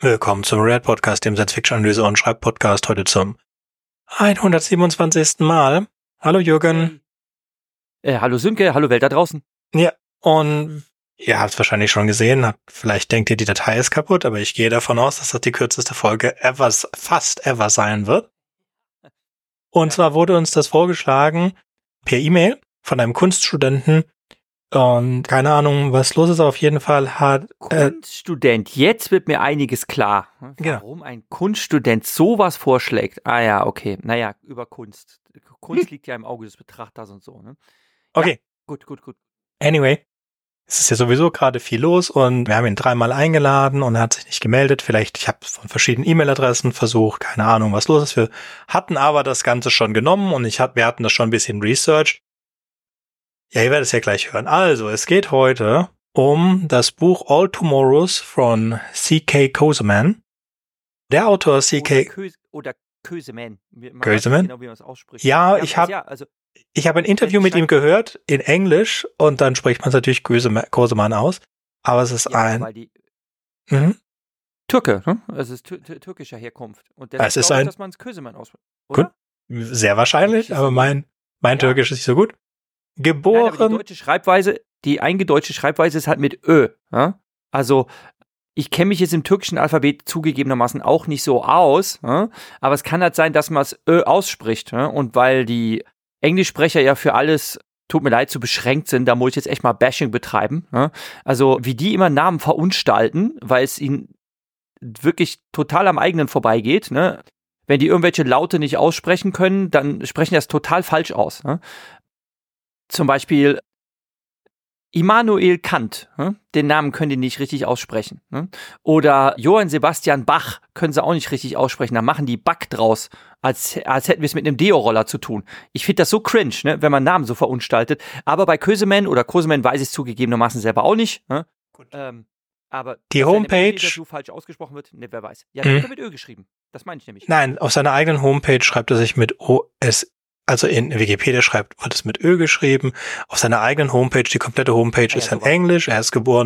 Willkommen zum Red Podcast, dem Science-Fiction-Analyse- und Schreib-Podcast, heute zum 127. Mal. Hallo Jürgen. Hallo Sönke, hallo Welt da draußen. Ja, und ihr habt es wahrscheinlich schon gesehen, vielleicht denkt ihr, die Datei ist kaputt, aber ich gehe davon aus, dass das die kürzeste Folge fast ever sein wird. Und zwar wurde uns das vorgeschlagen per E-Mail von einem Kunststudenten. Und keine Ahnung, was los ist, auf jeden Fall hat... Kunststudent, jetzt wird mir einiges klar. Warum ein Kunststudent sowas vorschlägt. Ah ja, okay. Naja, über Kunst. Kunst liegt ja im Auge des Betrachters und so, ne? Okay. Ja, gut. Anyway, es ist ja sowieso gerade viel los und wir haben ihn 3-mal eingeladen und er hat sich nicht gemeldet. Vielleicht, ich habe von verschiedenen E-Mail-Adressen versucht, keine Ahnung, was los ist. Wir hatten aber das Ganze schon genommen und wir hatten das schon ein bisschen researched. Ja, ihr werdet es ja gleich hören. Also, es geht heute um das Buch All Tomorrows von C.K. Koseman. Der Autor C.K. Oder Köseman. Köseman? Genau, wie man es ausspricht. Ja, ich habe ein Interview mit ihm gehört in Englisch und dann spricht man es natürlich Koseman aus. Aber es ist Türke, ne? Es ist türkischer Herkunft. Und deshalb glaube ich, dass man es Köseman ausspricht. Oder? Gut, sehr wahrscheinlich, aber mein Türkisch ist nicht so gut. Geboren. Nein, die eingedeutschte Schreibweise ist halt mit Ö. Ja? Also, ich kenne mich jetzt im türkischen Alphabet zugegebenermaßen auch nicht so aus, ja? Aber es kann halt sein, dass man es Ö ausspricht. Ja? Und weil die Englischsprecher ja für alles, tut mir leid, zu beschränkt sind, da muss ich jetzt echt mal Bashing betreiben. Ja? Also, wie die immer Namen verunstalten, weil es ihnen wirklich total am eigenen vorbeigeht, ne? Wenn die irgendwelche Laute nicht aussprechen können, dann sprechen die das total falsch aus. Ne? Zum Beispiel Immanuel Kant, den Namen können die nicht richtig aussprechen. Oder Johann Sebastian Bach können sie auch nicht richtig aussprechen. Da machen die Bach draus, als hätten wir es mit einem Deo-Roller zu tun. Ich finde das so cringe, ne, wenn man Namen so verunstaltet. Aber bei Koseman weiß ich es zugegebenermaßen selber auch nicht. Gut. Aber die Homepage so falsch ausgesprochen wird, ne, wer weiß. Ja, wird mit Ö geschrieben. Das meine ich nämlich. Nein, auf seiner eigenen Homepage schreibt er sich mit OS. Also in Wikipedia wird es mit Ö geschrieben. Auf seiner eigenen Homepage, die komplette Homepage ist in Englisch. Er ist geboren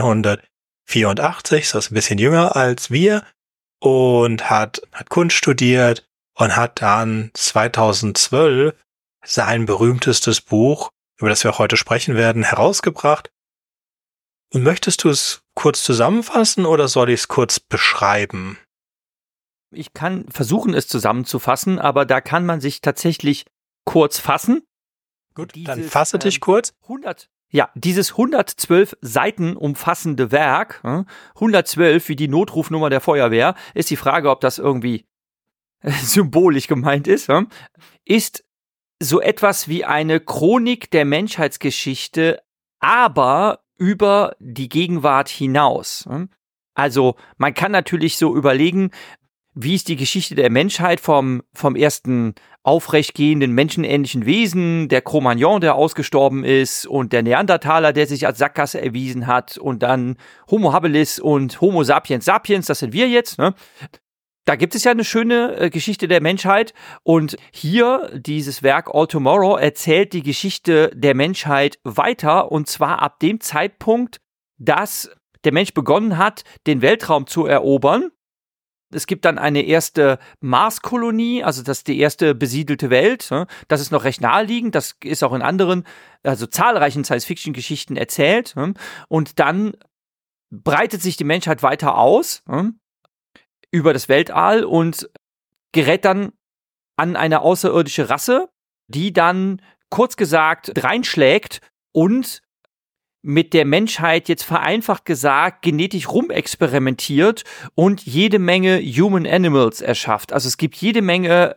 1984, ist ein bisschen jünger als wir und hat Kunst studiert und hat dann 2012 sein berühmtestes Buch, über das wir auch heute sprechen werden, herausgebracht. Und möchtest du es kurz zusammenfassen oder soll ich es kurz beschreiben? Ich kann versuchen, es zusammenzufassen, aber da kann man sich tatsächlich kurz fassen. Gut, dann fasse dich kurz. Dieses 112 Seiten umfassende Werk, 112 wie die Notrufnummer der Feuerwehr, ist die Frage, ob das irgendwie symbolisch gemeint ist, ist so etwas wie eine Chronik der Menschheitsgeschichte, aber über die Gegenwart hinaus. Also man kann natürlich so überlegen, wie ist die Geschichte der Menschheit vom ersten aufrechtgehenden, menschenähnlichen Wesen, der Cro-Magnon, der ausgestorben ist, und der Neandertaler, der sich als Sackgasse erwiesen hat, und dann Homo habilis und Homo sapiens sapiens, das sind wir jetzt, ne? Da gibt es ja eine schöne Geschichte der Menschheit, und hier, dieses Werk All Tomorrow, erzählt die Geschichte der Menschheit weiter, und zwar ab dem Zeitpunkt, dass der Mensch begonnen hat, den Weltraum zu erobern. Es gibt dann eine erste Marskolonie, also das ist die erste besiedelte Welt. Das ist noch recht naheliegend, das ist auch in anderen, also zahlreichen Science-Fiction-Geschichten erzählt. Und dann breitet sich die Menschheit weiter aus über das Weltall und gerät dann an eine außerirdische Rasse, die dann, kurz gesagt, reinschlägt und mit der Menschheit, jetzt vereinfacht gesagt, genetisch rumexperimentiert und jede Menge Human Animals erschafft. Also es gibt jede Menge,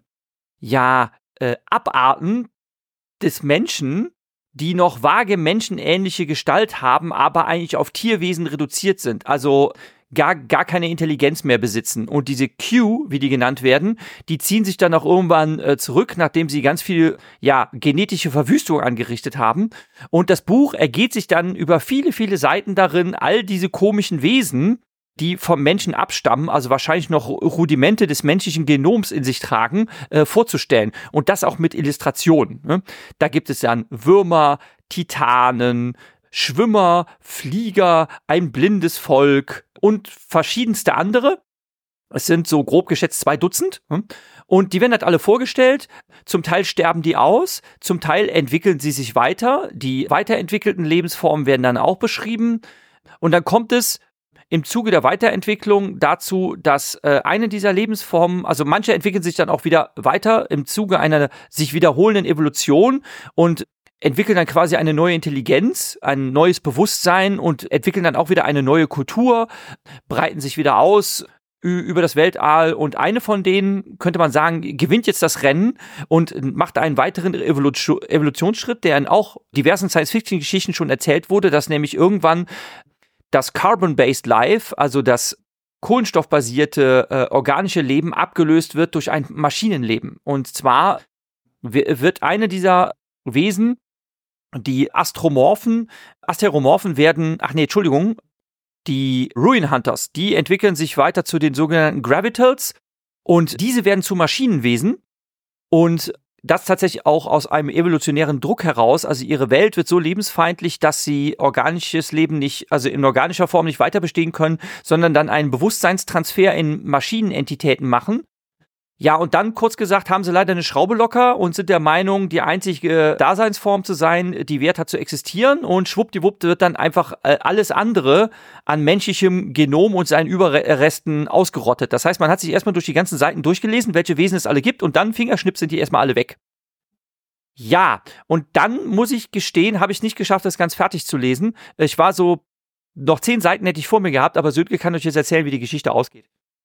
Abarten des Menschen, die noch vage menschenähnliche Gestalt haben, aber eigentlich auf Tierwesen reduziert sind. Also gar keine Intelligenz mehr besitzen. Und diese Q, wie die genannt werden, die ziehen sich dann auch irgendwann zurück, nachdem sie ganz viel, genetische Verwüstung angerichtet haben. Und das Buch ergeht sich dann über viele, viele Seiten darin, all diese komischen Wesen, die vom Menschen abstammen, also wahrscheinlich noch Rudimente des menschlichen Genoms in sich tragen, vorzustellen. Und das auch mit Illustrationen. Ne? Da gibt es dann Würmer, Titanen, Schwimmer, Flieger, ein blindes Volk und verschiedenste andere. Es sind so grob geschätzt 2 Dutzend. Und die werden halt alle vorgestellt. Zum Teil sterben die aus, zum Teil entwickeln sie sich weiter. Die weiterentwickelten Lebensformen werden dann auch beschrieben. Und dann kommt es im Zuge der Weiterentwicklung dazu, dass eine dieser Lebensformen, also manche entwickeln sich dann auch wieder weiter im Zuge einer sich wiederholenden Evolution und entwickeln dann quasi eine neue Intelligenz, ein neues Bewusstsein und entwickeln dann auch wieder eine neue Kultur, breiten sich wieder aus über das Weltall und eine von denen, könnte man sagen, gewinnt jetzt das Rennen und macht einen weiteren Evolutionsschritt, der in auch diversen Science-Fiction-Geschichten schon erzählt wurde, dass nämlich irgendwann das Carbon-Based Life, also das kohlenstoffbasierte organische Leben abgelöst wird durch ein Maschinenleben. Und zwar wird eine dieser Wesen, die Asteromorphen werden, die Ruin Hunters, die entwickeln sich weiter zu den sogenannten Gravitals und diese werden zu Maschinenwesen und das tatsächlich auch aus einem evolutionären Druck heraus, also ihre Welt wird so lebensfeindlich, dass sie organisches Leben nicht, also in organischer Form nicht weiter bestehen können, sondern dann einen Bewusstseinstransfer in Maschinenentitäten machen. Ja, und dann, kurz gesagt, haben sie leider eine Schraube locker und sind der Meinung, die einzige Daseinsform zu sein, die wert hat zu existieren und schwuppdiwupp wird dann einfach alles andere an menschlichem Genom und seinen Überresten ausgerottet. Das heißt, man hat sich erstmal durch die ganzen Seiten durchgelesen, welche Wesen es alle gibt und dann Fingerschnipp sind die erstmal alle weg. Ja, und dann muss ich gestehen, habe ich nicht geschafft, das ganz fertig zu lesen. Ich war so, noch 10 Seiten hätte ich vor mir gehabt, aber Sönke kann euch jetzt erzählen, wie die Geschichte ausgeht.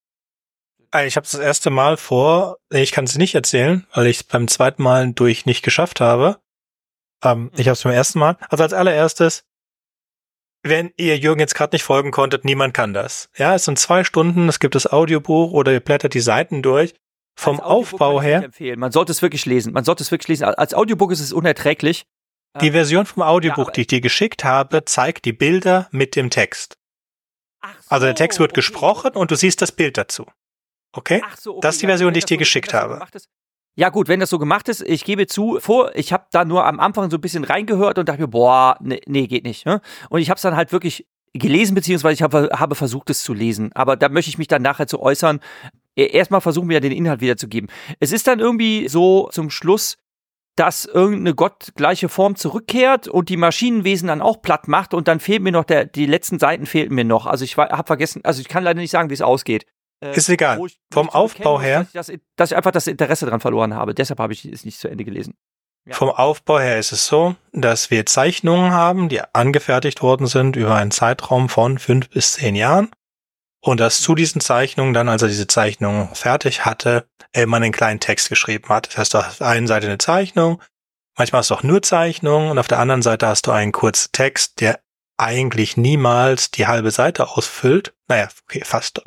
Ich habe es das erste Mal ich kann es nicht erzählen, weil ich es beim zweiten Mal durch nicht geschafft habe. Ich habe es beim ersten Mal. Also als allererstes, wenn ihr Jürgen jetzt gerade nicht folgen konntet, niemand kann das. Ja, es sind 2 Stunden, es gibt das Audiobuch oder ihr blättert die Seiten durch. Vom Aufbau her. Man sollte es wirklich lesen. Als Audiobook ist es unerträglich. Die Version vom Audiobuch, die ich dir geschickt habe, zeigt die Bilder mit dem Text. Ach so, also der Text wird gesprochen und du siehst das Bild dazu. Okay? Ach so, okay? Das ist die Version, die ich dir geschickt habe. Ja gut, wenn das so gemacht ist, ich gebe zu, ich habe da nur am Anfang so ein bisschen reingehört und dachte mir, boah, nee, geht nicht. Ne? Und ich habe es dann halt wirklich gelesen, beziehungsweise ich habe versucht, es zu lesen. Aber da möchte ich mich dann nachher zu äußern. Erstmal versuchen wir den Inhalt wiederzugeben. Es ist dann irgendwie so zum Schluss, dass irgendeine gottgleiche Form zurückkehrt und die Maschinenwesen dann auch platt macht und dann fehlt mir noch, die letzten Seiten fehlten mir noch. Also ich habe vergessen, also ich kann leider nicht sagen, wie es ausgeht. Ist egal. Vom Aufbau her. Dass ich einfach das Interesse daran verloren habe. Deshalb habe ich es nicht zu Ende gelesen. Ja. Vom Aufbau her ist es so, dass wir Zeichnungen haben, die angefertigt worden sind über einen Zeitraum von 5 bis 10 Jahren. Und dass zu diesen Zeichnungen dann, als er diese Zeichnung fertig hatte, man einen kleinen Text geschrieben hat. Das heißt, auf der einen Seite eine Zeichnung, manchmal hast du auch nur Zeichnungen und auf der anderen Seite hast du einen kurzen Text, der eigentlich niemals die halbe Seite ausfüllt. Naja, okay, fast.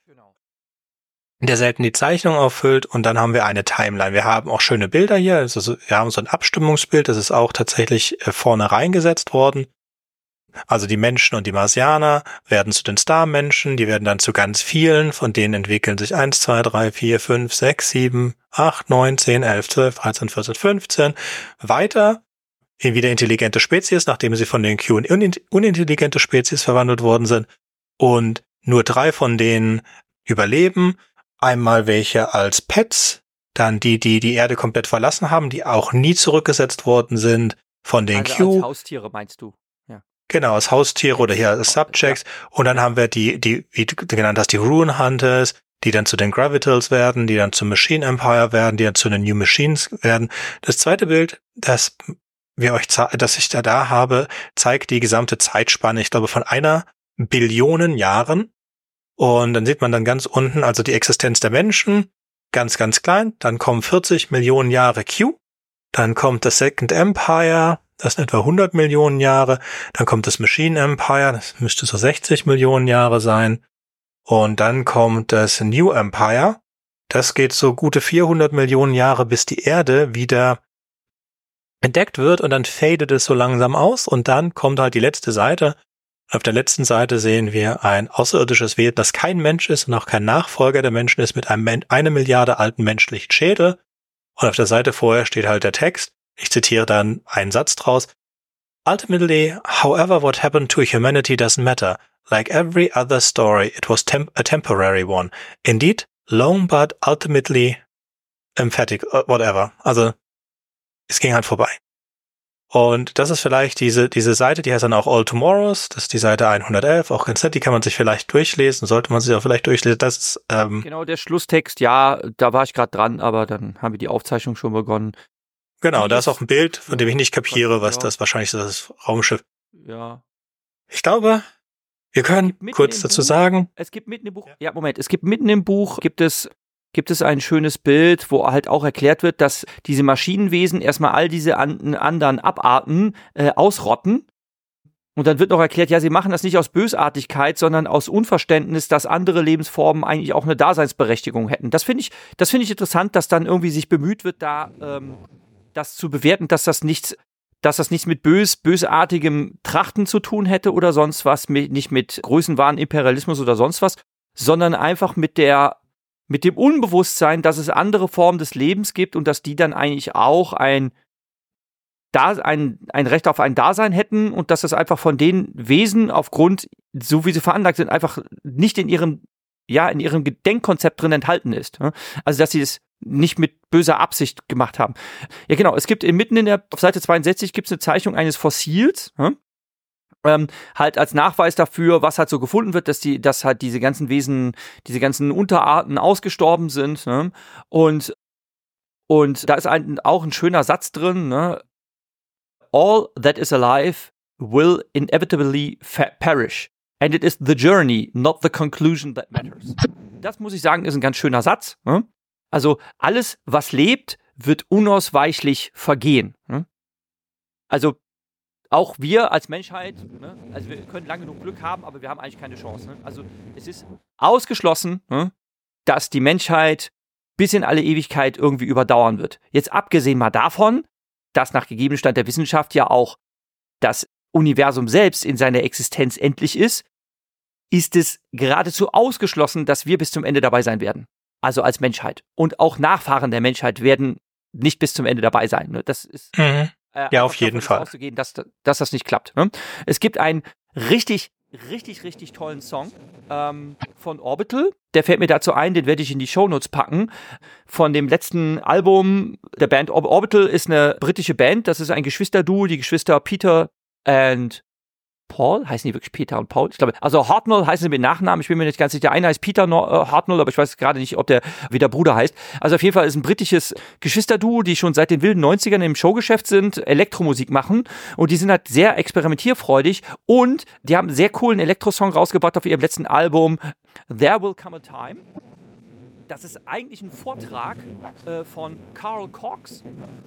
Der selten die Zeichnung auffüllt und dann haben wir eine Timeline. Wir haben auch schöne Bilder hier, also wir haben so ein Abstimmungsbild, das ist auch tatsächlich vorne reingesetzt worden. Also die Menschen und die Marsianer werden zu den Starmenschen, die werden dann zu ganz vielen, von denen entwickeln sich 1, 2, 3, 4, 5, 6, 7, 8, 9, 10, 11, 12, 13, 14, 15 weiter in wieder intelligente Spezies, nachdem sie von den Q in unintelligente Spezies verwandelt worden sind und nur 3 von denen überleben. Einmal welche als Pets, dann die Erde komplett verlassen haben, die auch nie zurückgesetzt worden sind von den also Q. Als Haustiere meinst du? Ja. Genau, als Haustiere oder hier als Subjects. Und dann haben wir die, wie du genannt hast, die Ruin Hunters, die dann zu den Gravitals werden, die dann zum Machine Empire werden, die dann zu den New Machines werden. Das zweite Bild, das ich da habe, zeigt die gesamte Zeitspanne, ich glaube, von 1 Billion Jahren. Und dann sieht man dann ganz unten, also die Existenz der Menschen, ganz, ganz klein. Dann kommen 40 Millionen Jahre Q. Dann kommt das Second Empire, das sind etwa 100 Millionen Jahre. Dann kommt das Machine Empire, das müsste so 60 Millionen Jahre sein. Und dann kommt das New Empire. Das geht so gute 400 Millionen Jahre, bis die Erde wieder entdeckt wird. Und dann fadet es so langsam aus. Und dann kommt halt die letzte Seite. Auf der letzten Seite sehen wir ein außerirdisches Wesen, das kein Mensch ist und auch kein Nachfolger der Menschen ist, mit einem 1 Milliarde alten menschlichen Schädel. Und auf der Seite vorher steht halt der Text. Ich zitiere dann einen Satz draus. Ultimately, however, what happened to humanity doesn't matter. Like every other story, it was a temporary one. Indeed, long but ultimately emphatic, whatever. Also, es ging halt vorbei. Und das ist vielleicht diese Seite, die heißt dann auch All Tomorrows, das ist die Seite 111, auch ganz nett, die kann man sich vielleicht durchlesen, sollte man sich auch vielleicht durchlesen. Das ist, genau, der Schlusstext, ja, da war ich gerade dran, aber dann haben wir die Aufzeichnung schon begonnen. Genau, da ist auch ein Bild, von dem ich nicht kapiere, was das wahrscheinlich ist, das Raumschiff. Ja. Ich glaube, wir können kurz dazu sagen. Es gibt mitten im Buch, es gibt mitten im Buch, gibt es ein schönes Bild, wo halt auch erklärt wird, dass diese Maschinenwesen erstmal all diese anderen Abarten ausrotten. Und dann wird noch erklärt, ja, sie machen das nicht aus Bösartigkeit, sondern aus Unverständnis, dass andere Lebensformen eigentlich auch eine Daseinsberechtigung hätten. Das finde ich interessant, dass dann irgendwie sich bemüht wird, da das zu bewerten, dass das nichts mit bösartigem Trachten zu tun hätte oder sonst was, nicht mit Größenwahn, Imperialismus oder sonst was, sondern einfach mit dem Unbewusstsein, dass es andere Formen des Lebens gibt und dass die dann eigentlich auch ein Recht auf ein Dasein hätten und dass das einfach von den Wesen aufgrund, so wie sie veranlagt sind, einfach nicht in ihrem Gedenkkonzept drin enthalten ist. Also, dass sie es nicht mit böser Absicht gemacht haben. Ja, genau. Es gibt auf Seite 62 gibt es eine Zeichnung eines Fossils, halt als Nachweis dafür, was halt so gefunden wird, dass halt diese ganzen Wesen, diese ganzen Unterarten ausgestorben sind. Ne? Und da ist auch ein schöner Satz drin. Ne? All that is alive will inevitably perish. And it is the journey, not the conclusion that matters. Das muss ich sagen, ist ein ganz schöner Satz. Ne? Also alles, was lebt, wird unausweichlich vergehen. Ne? Also auch wir als Menschheit, ne? Also wir können lange genug Glück haben, aber wir haben eigentlich keine Chance. Ne? Also es ist ausgeschlossen, ne? Dass die Menschheit bis in alle Ewigkeit irgendwie überdauern wird. Jetzt abgesehen mal davon, dass nach gegebenem Stand der Wissenschaft ja auch das Universum selbst in seiner Existenz endlich ist es geradezu ausgeschlossen, dass wir bis zum Ende dabei sein werden. Also als Menschheit. Und auch Nachfahren der Menschheit werden nicht bis zum Ende dabei sein. Ne? Das ist ja auf jeden Fall auszugehen, dass das nicht klappt. Ne? Es gibt einen richtig tollen Song von Orbital. Der fällt mir dazu ein, den werde ich in die Shownotes packen. Von dem letzten Album der Band Orbital ist eine britische Band. Das ist ein Geschwisterduo, die Geschwister Peter und Paul, heißen die wirklich Peter und Paul? Ich glaube, also Hartnell heißen sie mit Nachnamen, ich bin mir nicht ganz sicher. Der eine heißt Peter Hartnell, aber ich weiß gerade nicht, wie der Bruder heißt. Also auf jeden Fall ist ein britisches Geschwisterduo, die schon seit den wilden 90ern im Showgeschäft sind, Elektromusik machen und die sind halt sehr experimentierfreudig und die haben einen sehr coolen Elektrosong rausgebracht auf ihrem letzten Album There Will Come a Time. Das ist eigentlich ein Vortrag von Carl Cox.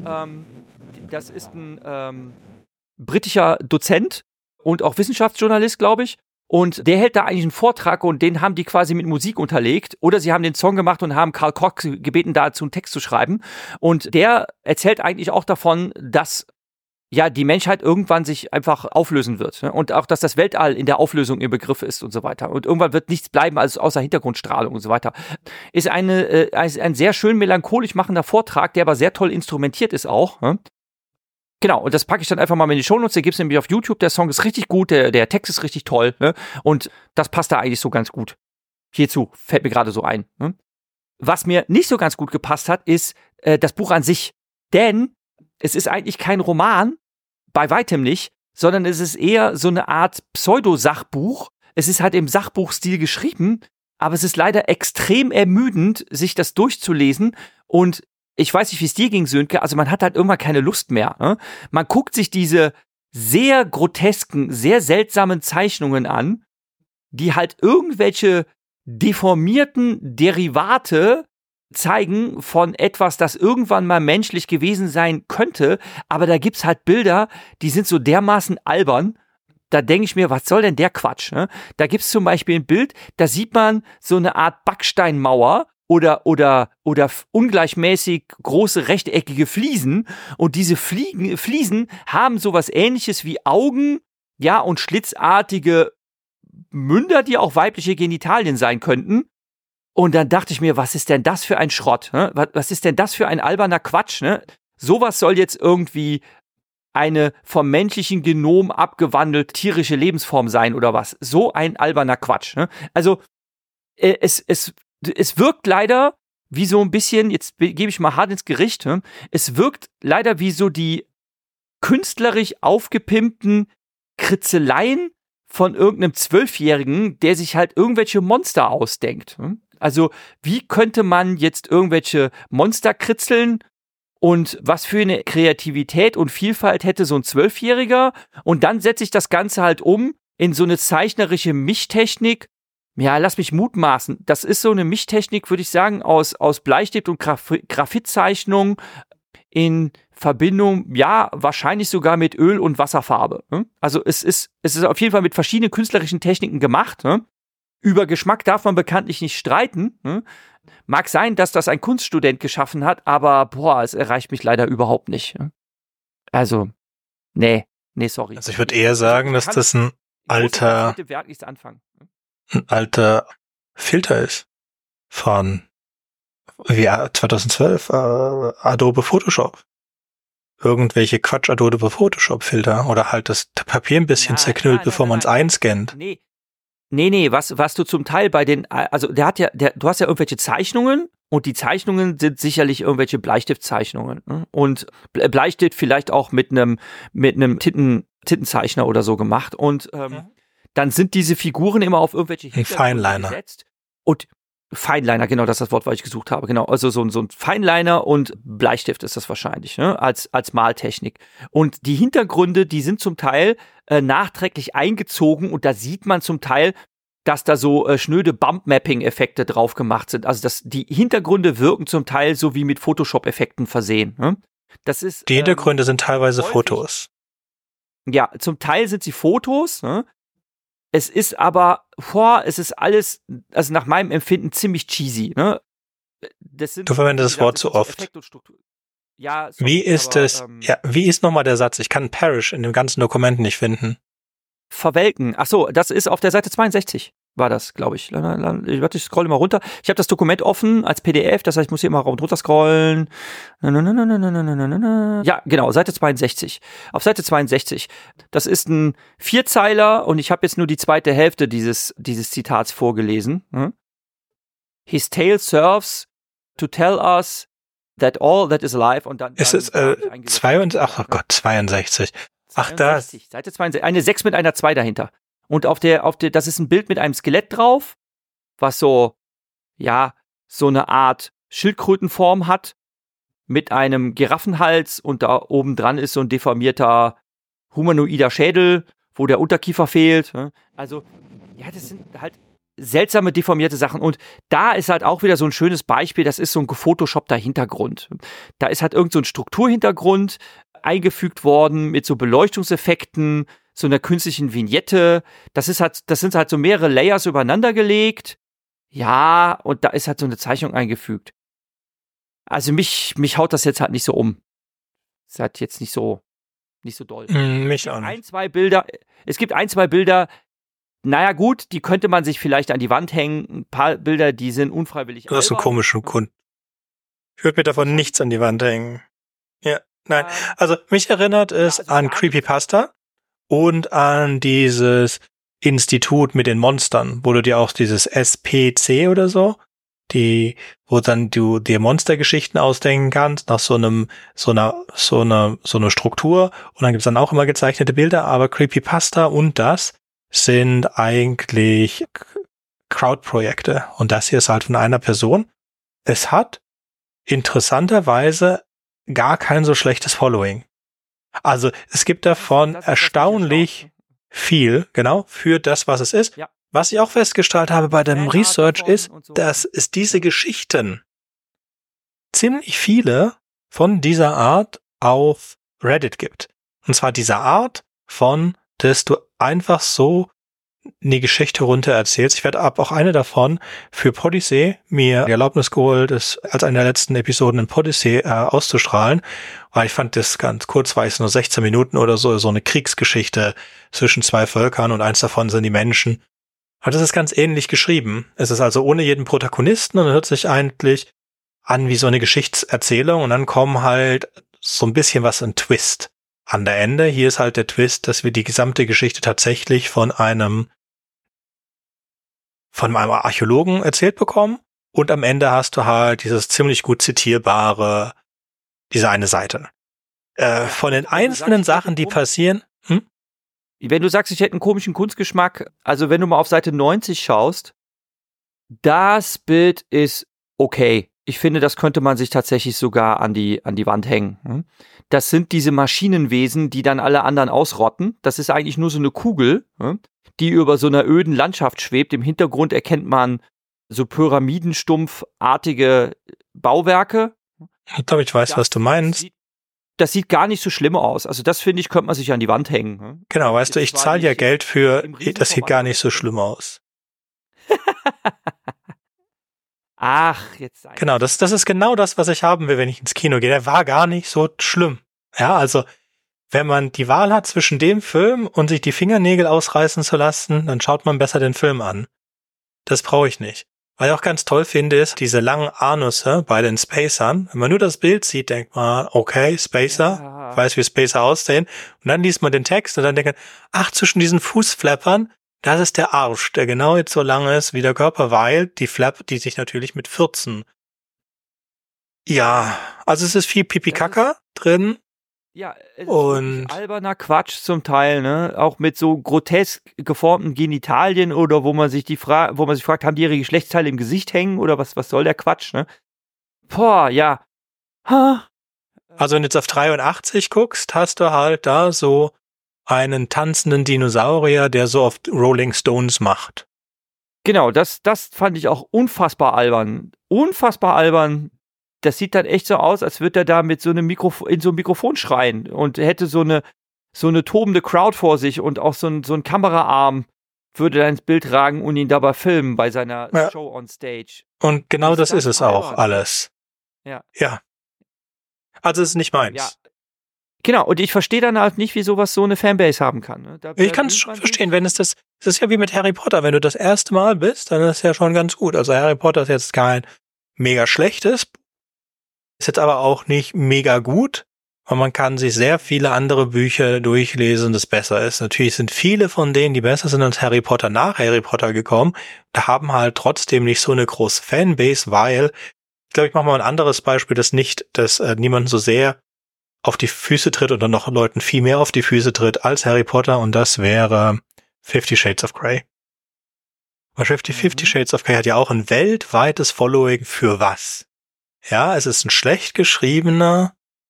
Das ist ein britischer Dozent und auch Wissenschaftsjournalist, glaube ich. Und der hält da eigentlich einen Vortrag und den haben die quasi mit Musik unterlegt. Oder sie haben den Song gemacht und haben Carl Cox gebeten, dazu einen Text zu schreiben. Und der erzählt eigentlich auch davon, dass ja die Menschheit irgendwann sich einfach auflösen wird. Ne? Und auch, dass das Weltall in der Auflösung im Begriff ist und so weiter. Und irgendwann wird nichts bleiben als außer Hintergrundstrahlung und so weiter. Ist ein sehr schön melancholisch machender Vortrag, der aber sehr toll instrumentiert ist auch. Ne? Genau, und das packe ich dann einfach mal in die Shownotes, der gibt es nämlich auf YouTube, der Song ist richtig gut, der Text ist richtig toll, ne? Und das passt da eigentlich so ganz gut. Hierzu fällt mir gerade so ein. Ne? Was mir nicht so ganz gut gepasst hat, ist das Buch an sich. Denn es ist eigentlich kein Roman, bei weitem nicht, sondern es ist eher so eine Art Pseudosachbuch. Es ist halt im Sachbuchstil geschrieben, aber es ist leider extrem ermüdend, sich das durchzulesen und ich weiß nicht, wie es dir ging, Sönke, also man hat halt irgendwann keine Lust mehr. Ne? Man guckt sich diese sehr grotesken, sehr seltsamen Zeichnungen an, die halt irgendwelche deformierten Derivate zeigen von etwas, das irgendwann mal menschlich gewesen sein könnte, aber da gibt's halt Bilder, die sind so dermaßen albern, da denke ich mir, was soll denn der Quatsch? Ne? Da gibt's zum Beispiel ein Bild, da sieht man so eine Art Backsteinmauer, oder ungleichmäßig große rechteckige Fliesen und diese Fliesen haben sowas Ähnliches wie Augen, ja, und schlitzartige Münder, die auch weibliche Genitalien sein könnten. Und dann dachte ich mir, was ist denn das für ein Schrott? Ne? Was ist denn das für ein alberner Quatsch? Ne? Sowas soll jetzt irgendwie eine vom menschlichen Genom abgewandelt tierische Lebensform sein oder was. So ein alberner Quatsch. Ne? Also es wirkt leider wie so ein bisschen, jetzt gebe ich mal hart ins Gericht, ne? Es wirkt leider wie so die künstlerisch aufgepimpten Kritzeleien von irgendeinem 12-Jährigen, der sich halt irgendwelche Monster ausdenkt. Ne? Also wie könnte man jetzt irgendwelche Monster kritzeln? Und was für eine Kreativität und Vielfalt hätte so ein 12-Jähriger? Und dann setze ich das Ganze halt um in so eine zeichnerische Mischtechnik. Ja, lass mich mutmaßen. Das ist so eine Mischtechnik, würde ich sagen, aus Bleistift und Graphitzeichnung in Verbindung, ja, wahrscheinlich sogar mit Öl und Wasserfarbe. Also es ist auf jeden Fall mit verschiedenen künstlerischen Techniken gemacht. Über Geschmack darf man bekanntlich nicht streiten. Mag sein, dass das ein Kunststudent geschaffen hat, aber es erreicht mich leider überhaupt nicht. Also, nee, sorry. Also ich würde eher sagen, dass das ein alter Filter ist von 2012 Adobe Photoshop. Irgendwelche Quatsch Adobe Photoshop Filter oder halt das Papier ein bisschen zerknüllt, bevor man es einscannt. Nee, was du zum Teil bei den, also du hast ja irgendwelche Zeichnungen und die Zeichnungen sind sicherlich irgendwelche Bleistiftzeichnungen. Ne? Und Bleistift vielleicht auch mit einem Tintenzeichner oder so gemacht. Und dann sind diese Figuren immer auf irgendwelche Fineliner gesetzt. Und Fineliner, genau, das ist das Wort, was ich gesucht habe. Genau, also so ein Fineliner und Bleistift ist das wahrscheinlich, ne? Als Maltechnik. Und die Hintergründe, die sind zum Teil nachträglich eingezogen und da sieht man zum Teil, dass da so schnöde Bump-Mapping-Effekte drauf gemacht sind. Also die Hintergründe wirken zum Teil so wie mit Photoshop-Effekten versehen. Ne? Das ist, die Hintergründe sind teilweise häufig Fotos. Ja, zum Teil sind sie Fotos, ne? Es ist aber, es ist alles, also nach meinem Empfinden ziemlich cheesy, ne? Du verwendest das Wort zu oft. Ja, wie ist es? Wie ist nochmal der Satz? Ich kann Parish in dem ganzen Dokument nicht finden. Verwelken. Ach so, das ist auf der Seite 62 war das, glaube ich. Ich scrolle mal runter. Ich habe das Dokument offen als PDF, das heißt, ich muss hier immer rauf und runter scrollen. Ja, genau, Seite 62. Auf Seite 62. Das ist ein Vierzeiler und ich habe jetzt nur die zweite Hälfte dieses Zitats vorgelesen. His tale serves to tell us that all that is alive und dann. Es ist 62. Ach, das. Seite 62. Eine 6 mit einer 2 dahinter. Und auf der, das ist ein Bild mit einem Skelett drauf, was so eine Art Schildkrötenform hat, mit einem Giraffenhals und da oben dran ist so ein deformierter humanoider Schädel, wo der Unterkiefer fehlt. Also, ja, das sind halt seltsame deformierte Sachen. Und da ist halt auch wieder so ein schönes Beispiel, das ist so ein gefotoshoppter Hintergrund. Da ist halt irgend so ein Strukturhintergrund eingefügt worden mit so Beleuchtungseffekten, so einer künstlichen Vignette. Das sind halt so mehrere Layers übereinander gelegt. Ja, und da ist halt so eine Zeichnung eingefügt. Also mich haut das jetzt halt nicht so um. Ist halt jetzt nicht so doll. Mich auch nicht. Es gibt ein, zwei Bilder, naja gut, die könnte man sich vielleicht an die Wand hängen. Ein paar Bilder, die sind unfreiwillig. Du hast einen komischen Kunden. Ich würde mir davon nichts an die Wand hängen. Ja, nein. Also mich erinnert es an Creepypasta und an dieses Institut mit den Monstern, wo du dir auch dieses SPC oder so, wo dann du dir Monstergeschichten ausdenken kannst nach so einer Struktur, und dann gibt's dann auch immer gezeichnete Bilder, aber Creepypasta und das sind eigentlich Crowd-Projekte, und das hier ist halt von einer Person. Es hat interessanterweise gar kein so schlechtes Following. Also es gibt davon erstaunlich viel, genau, für das, was es ist. Ja. Was ich auch festgestellt habe bei dem Research ist, dass es diese Geschichten, ziemlich viele von dieser Art auf Reddit gibt. Und zwar dieser Art von, dass du einfach so eine Geschichte runter erzählst. Ich werde auch eine davon für Podyssey mir die Erlaubnis geholt, es als eine der letzten Episoden in Podyssey auszustrahlen, weil ich fand das ganz kurzweilig, nur 16 Minuten oder so eine Kriegsgeschichte zwischen zwei Völkern und eins davon sind die Menschen. Aber das ist ganz ähnlich geschrieben. Es ist also ohne jeden Protagonisten und hört sich eigentlich an wie so eine Geschichtserzählung, und dann kommen halt so ein bisschen was, ein Twist. an der Ende. Hier ist halt der Twist, dass wir die gesamte Geschichte tatsächlich von einem Archäologen erzählt bekommen. Und am Ende hast du halt dieses ziemlich gut zitierbare, diese eine Seite. Von den einzelnen Sachen, die passieren. Wenn du sagst, ich hätte einen komischen Kunstgeschmack, also wenn du mal auf Seite 90 schaust, das Bild ist okay. Ich finde, das könnte man sich tatsächlich sogar an die Wand hängen. Das sind diese Maschinenwesen, die dann alle anderen ausrotten. Das ist eigentlich nur so eine Kugel, die über so einer öden Landschaft schwebt. Im Hintergrund erkennt man so pyramidenstumpfartige Bauwerke. Ich glaube, ich weiß, was du meinst. Das sieht gar nicht so schlimm aus. Also das, finde ich, könnte man sich an die Wand hängen. Genau, weißt du, ich zahle ja Geld für, das sieht gar nicht so schlimm aus. Ach, jetzt. Genau, das ist genau das, was ich haben will, wenn ich ins Kino gehe. Der war gar nicht so schlimm. Ja, also, wenn man die Wahl hat zwischen dem Film und sich die Fingernägel ausreißen zu lassen, dann schaut man besser den Film an. Das brauche ich nicht. Was ich auch ganz toll finde, ist diese langen Anusse bei den Spacern. Wenn man nur das Bild sieht, denkt man, okay, Spacer, Ja. ich weiß, wie Spacer aussehen. Und dann liest man den Text und dann denkt man, ach, zwischen diesen Fußflappern, das ist der Arsch, der genau jetzt so lang ist wie der Körper, weil die Flap, die sich natürlich mit 14. Ja, also es ist viel Pipi-Kaka drin. Ja, es ist Und wirklich alberner Quatsch zum Teil, ne? Auch mit so grotesk geformten Genitalien oder wo man sich fragt, haben die ihre Geschlechtsteile im Gesicht hängen oder was soll der Quatsch, ne? Boah, ja. Ha. also wenn du jetzt auf 83 guckst, hast du halt da so einen tanzenden Dinosaurier, der so oft Rolling Stones macht. Genau, das fand ich auch unfassbar albern. Unfassbar albern. Das sieht dann echt so aus, als würde er da mit so einem in so ein Mikrofon schreien und hätte so eine tobende Crowd vor sich und auch so ein Kameraarm würde da ins Bild ragen und ihn dabei filmen bei seiner Show on Stage. Und genau das ist es auch albern? alles. Ja. Ja. Also es ist nicht meins. Ja. Genau, und ich verstehe dann halt nicht, wie sowas so eine Fanbase haben kann. Ne? Ich kann es schon verstehen, wenn es ist ja wie mit Harry Potter, wenn du das erste Mal bist, dann ist es ja schon ganz gut. Also Harry Potter ist jetzt kein mega schlechtes, ist jetzt aber auch nicht mega gut, und man kann sich sehr viele andere Bücher durchlesen, das besser ist. Natürlich sind viele von denen, die besser sind als Harry Potter, nach Harry Potter gekommen, da haben halt trotzdem nicht so eine große Fanbase, weil, ich glaube, ich mache mal ein anderes Beispiel, das niemand so sehr auf die Füße tritt oder noch Leuten viel mehr auf die Füße tritt als Harry Potter, und das wäre 50 Shades of Grey. Weil 50 Shades of Grey hat ja auch ein weltweites Following für was? Ja, es ist ein schlecht geschriebener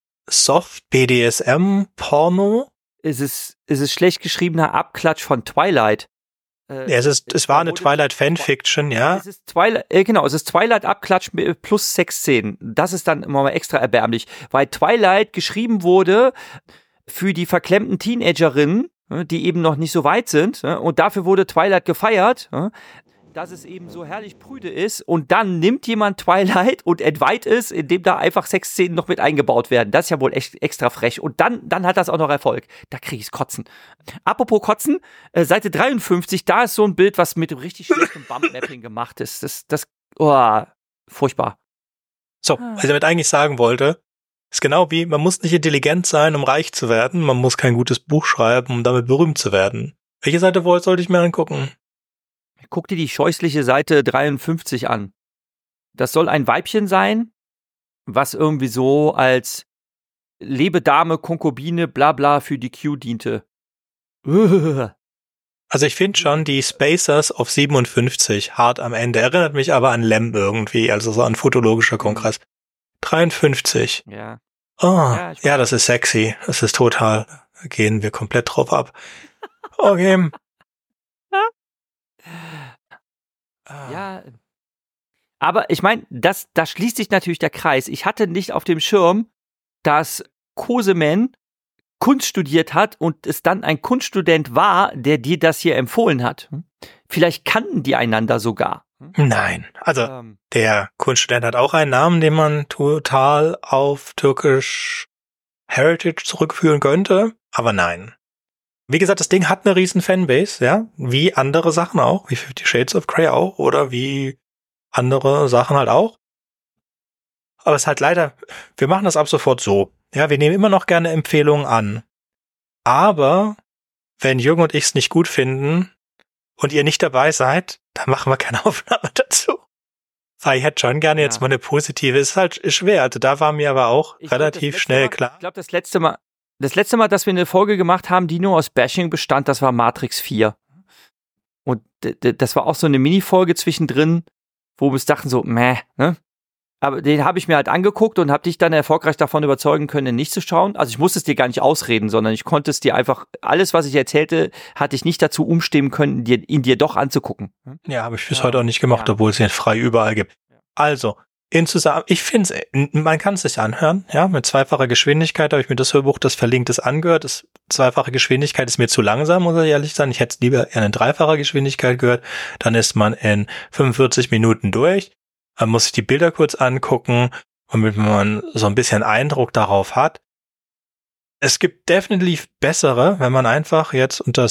Soft-BDSM-Porno. Es ist schlecht geschriebener Abklatsch von Twilight. Es war eine Twilight-Fanfiction, ja. Es ist Twilight-Abklatsch plus Sexszenen. Das ist dann immer mal extra erbärmlich, weil Twilight geschrieben wurde für die verklemmten Teenagerinnen, die eben noch nicht so weit sind, und dafür wurde Twilight gefeiert, dass es eben so herrlich prüde ist, und dann nimmt jemand Twilight und entweiht es, indem da einfach Sexszenen noch mit eingebaut werden. Das ist ja wohl echt extra frech. Und dann hat das auch noch Erfolg. Da kriege ich's Kotzen. Apropos Kotzen, Seite 53, da ist so ein Bild, was mit richtig schlechtem Bump-Mapping gemacht ist. Das furchtbar. So, was ich damit eigentlich sagen wollte, ist genau wie, man muss nicht intelligent sein, um reich zu werden, man muss kein gutes Buch schreiben, um damit berühmt zu werden. Welche Seite sollte ich mir angucken? Guck dir die scheußliche Seite 53 an. Das soll ein Weibchen sein, was irgendwie so als Lebedame, Konkubine, bla bla für die Q diente. Also ich finde schon die Spacers auf 57 hart am Ende. Erinnert mich aber an Lem irgendwie, also so an Fotologischer Kongress. 53. Ja. Oh, ja, das ist sexy. Das ist total, da gehen wir komplett drauf ab. Okay. Ja, aber ich meine, da schließt sich natürlich der Kreis. Ich hatte nicht auf dem Schirm, dass Koseman Kunst studiert hat und es dann ein Kunststudent war, der dir das hier empfohlen hat. Vielleicht kannten die einander sogar. Nein, also der Kunststudent hat auch einen Namen, den man total auf türkisch Heritage zurückführen könnte, aber nein. Wie gesagt, das Ding hat eine riesen Fanbase, ja, wie andere Sachen auch, wie 50 Shades of Grey auch oder wie andere Sachen halt auch. Aber es ist halt leider, wir machen das ab sofort so. Ja, wir nehmen immer noch gerne Empfehlungen an. Aber wenn Jürgen und ich es nicht gut finden und ihr nicht dabei seid, dann machen wir keine Aufnahme dazu. Weil ich hätte schon gerne jetzt mal eine positive. Ist halt schwer. Also da war mir aber auch relativ schnell klar. Ich glaube, das letzte Mal, dass wir eine Folge gemacht haben, die nur aus Bashing bestand, das war Matrix 4. Und das war auch so eine Mini-Folge zwischendrin, wo wir uns dachten so, ne? Aber den habe ich mir halt angeguckt und habe dich dann erfolgreich davon überzeugen können, nicht zu schauen. Also ich musste es dir gar nicht ausreden, sondern ich konnte es dir einfach, alles, was ich erzählte, hatte ich nicht dazu umstimmen können, ihn dir doch anzugucken. Ja, habe ich bis heute auch nicht gemacht, obwohl es ihn frei überall gibt. Also, ich finde es, man kann es sich anhören, ja, mit zweifacher Geschwindigkeit habe ich mir das Hörbuch, das verlinkt ist, angehört. Zweifache Geschwindigkeit ist mir zu langsam, muss ich ehrlich sein. Ich hätte es lieber in dreifacher Geschwindigkeit gehört. Dann ist man in 45 Minuten durch. Man muss sich die Bilder kurz angucken, damit man so ein bisschen Eindruck darauf hat. Es gibt definitiv bessere, wenn man einfach jetzt unter